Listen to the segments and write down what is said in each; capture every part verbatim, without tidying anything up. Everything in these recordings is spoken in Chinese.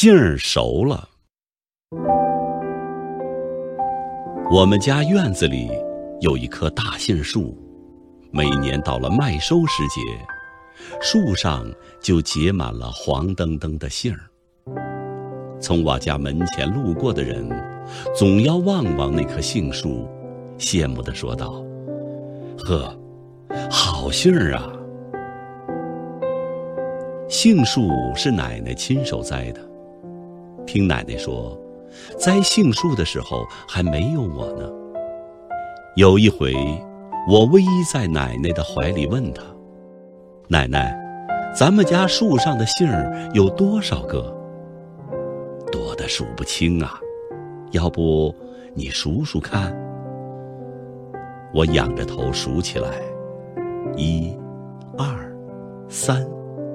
杏儿熟了。我们家院子里有一棵大杏树，每年到了麦收时节，树上就结满了黄澄澄的杏儿。从我家门前路过的人，总要望望那棵杏树，羡慕地说道：“呵，好杏儿啊！”杏树是奶奶亲手栽的，听奶奶说，栽杏树的时候还没有我呢。有一回，我偎依在奶奶的怀里问她：“奶奶，咱们家树上的杏儿有多少个？”“多得数不清啊，要不你数数看？”我仰着头数起来，一、二、三，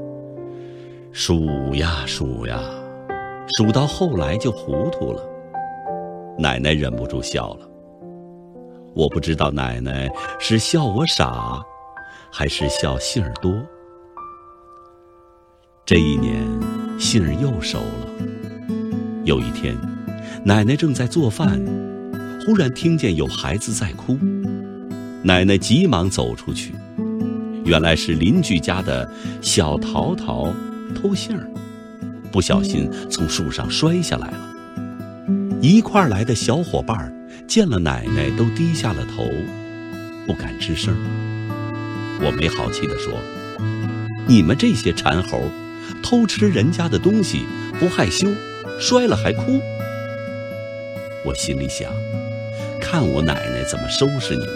数呀数呀，数到后来就糊涂了。奶奶忍不住笑了。我不知道奶奶是笑我傻，还是笑杏儿多。这一年，杏儿又熟了。有一天，奶奶正在做饭，忽然听见有孩子在哭。奶奶急忙走出去，原来是邻居家的小桃桃偷杏儿，不小心从树上摔下来了。一块儿来的小伙伴见了奶奶都低下了头，不敢吱声。我没好气地说：“你们这些馋猴，偷吃人家的东西不害羞，摔了还哭。”我心里想，看我奶奶怎么收拾你们。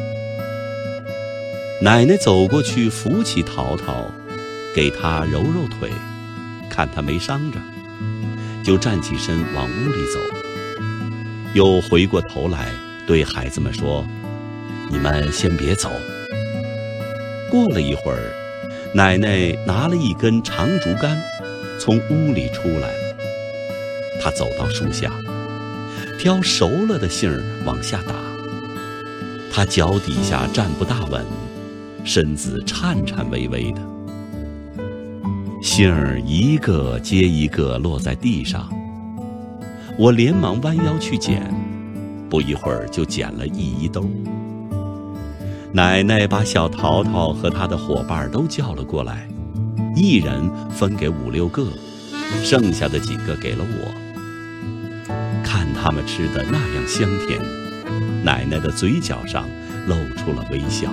奶奶走过去扶起桃桃，给她揉揉腿，看她没伤着，就站起身往屋里走。又回过头来对孩子们说：“你们先别走。”过了一会儿，奶奶拿了一根长竹竿，从屋里出来了。她走到树下，挑熟了的杏儿往下打。她脚底下站不大稳，身子颤颤巍巍的。杏儿一个接一个落在地上，我连忙弯腰去捡，不一会儿就捡了一衣兜。奶奶把小桃桃和她的伙伴都叫了过来，一人分给五六个，剩下的几个给了我。看他们吃的那样香甜，奶奶的嘴角上露出了微笑。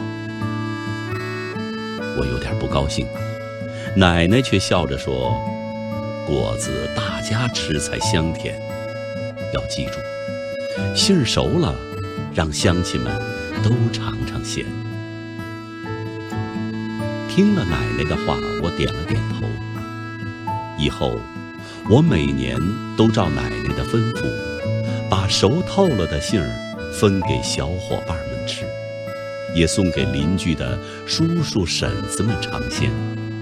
我有点不高兴，奶奶却笑着说：“果子大家吃才香甜，要记住，杏儿熟了，让乡亲们都尝尝鲜。”听了奶奶的话，我点了点头。以后，我每年都照奶奶的吩咐，把熟透了的杏儿分给小伙伴们吃，也送给邻居的叔叔婶子们尝鲜。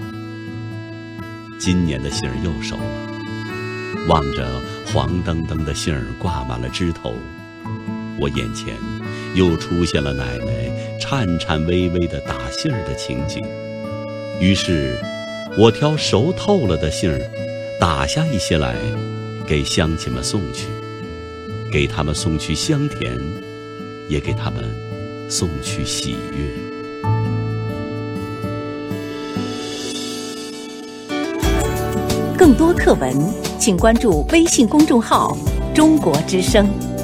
今年的杏儿又熟了，望着黄澄澄的杏儿挂满了枝头，我眼前又出现了奶奶颤颤巍巍的打杏儿的情景。于是，我挑熟透了的杏儿，打下一些来，给乡亲们送去，给他们送去香甜，也给他们送去喜悦。 更多课文，请关注微信公众号“中国之声”。